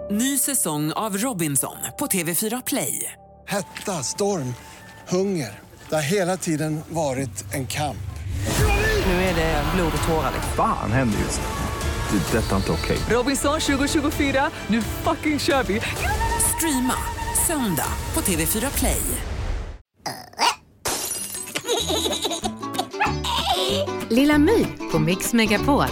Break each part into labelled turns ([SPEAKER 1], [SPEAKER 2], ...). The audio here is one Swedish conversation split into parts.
[SPEAKER 1] Ny säsong av Robinson på TV4 Play.
[SPEAKER 2] Hetta, storm, hunger. Det har hela tiden varit en kamp.
[SPEAKER 1] Nu är det blod och tårar.
[SPEAKER 3] Fan händer just nu. Det. Detta är inte okej.
[SPEAKER 1] Robinson 2024, nu fucking kör vi. Streama söndag på TV4 Play.
[SPEAKER 4] Lilla My på Mix Megapol.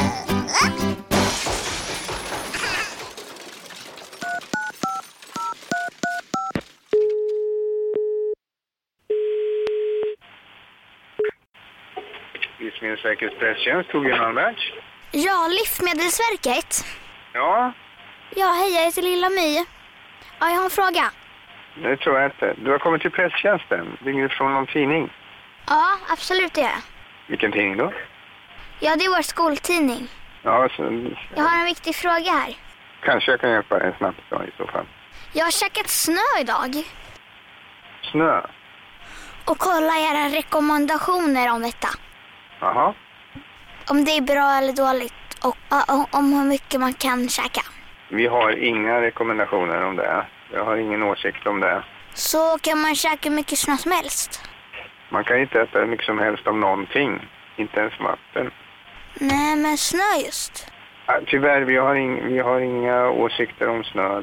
[SPEAKER 5] Livsmedelsverkets presstjänst, Torbjörn Alberts.
[SPEAKER 6] Ja, Livsmedelsverket.
[SPEAKER 5] Ja,
[SPEAKER 6] Ja, hej, jag heter Lilla My. Ja, jag har en fråga.
[SPEAKER 5] det tror jag inte. Du har kommit till presstjänsten. Ringer från någon tidning.
[SPEAKER 6] Ja, absolut det gör jag.
[SPEAKER 5] Vilken tidning då?
[SPEAKER 6] Ja, det är vår skoltidning.
[SPEAKER 5] Ja, så,
[SPEAKER 6] Jag har en viktig fråga här.
[SPEAKER 5] kanske jag kan hjälpa dig snabbt då, i så fall.
[SPEAKER 6] Jag har käkat snö idag.
[SPEAKER 5] Snö.
[SPEAKER 6] Och kolla era rekommendationer om detta.
[SPEAKER 5] Jaha.
[SPEAKER 6] Om det är bra eller dåligt. Och om hur mycket man kan käka.
[SPEAKER 5] Vi har inga rekommendationer om det. Jag har ingen åsikt om det.
[SPEAKER 6] Så kan man käka mycket snö som helst.
[SPEAKER 5] Man kan inte äta hur mycket som helst av någonting. Inte ens vatten.
[SPEAKER 6] Nej, men snö just.
[SPEAKER 5] Tyvärr, vi har inga åsikter om snö.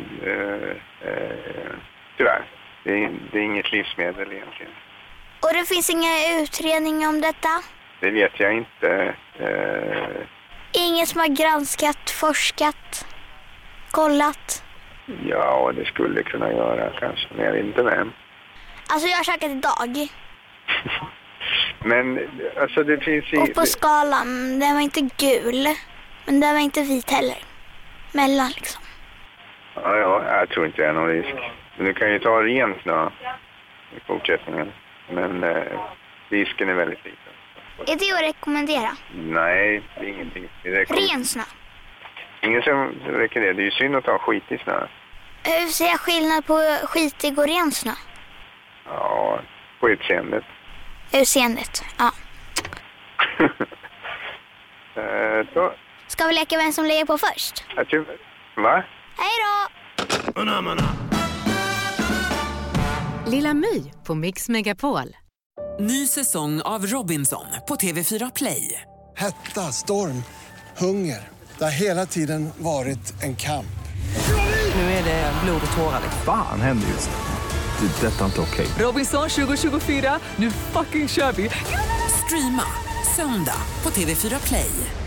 [SPEAKER 5] Tyvärr. Det är inget livsmedel egentligen.
[SPEAKER 6] Och det finns inga utredningar om detta?
[SPEAKER 5] Det vet jag inte.
[SPEAKER 6] Ingen som har granskat, forskat, kollat?
[SPEAKER 5] Ja, det skulle kunna göra kanske, men jag vet inte vem.
[SPEAKER 6] Alltså jag har käkat idag.
[SPEAKER 5] Men alltså det finns
[SPEAKER 6] Och på skalan, den var inte gul. Men den var inte vit heller. Mellan liksom.
[SPEAKER 5] Ja, jag tror inte det är någon risk. Men du kan ju ta ren snö i fortsättningen. Men risken är väldigt liten.
[SPEAKER 6] Är det att rekommendera?
[SPEAKER 5] Nej, det är ingenting.
[SPEAKER 6] Ren snö.
[SPEAKER 5] Ingen som räcker det. Det är ju synd att ta skit i snö.
[SPEAKER 6] Hur ser jag skillnad på skitig och ren snö?
[SPEAKER 5] Ja, på utseendet.
[SPEAKER 6] Utseendet, ja.
[SPEAKER 5] Så.
[SPEAKER 6] Ska vi leka vem som lägger på först?
[SPEAKER 5] Va?
[SPEAKER 6] Hej då!
[SPEAKER 4] Lilla My på Mix Megapol.
[SPEAKER 1] Ny säsong av Robinson på TV4 Play.
[SPEAKER 2] Hetta, storm, hunger. Det har hela tiden varit en kamp.
[SPEAKER 1] Nu är det blod och tårar.
[SPEAKER 3] Fan händer just nu. Det. Detta är inte okej.
[SPEAKER 1] Robinson 2024, nu fucking kör vi. Streama söndag på TV4 Play.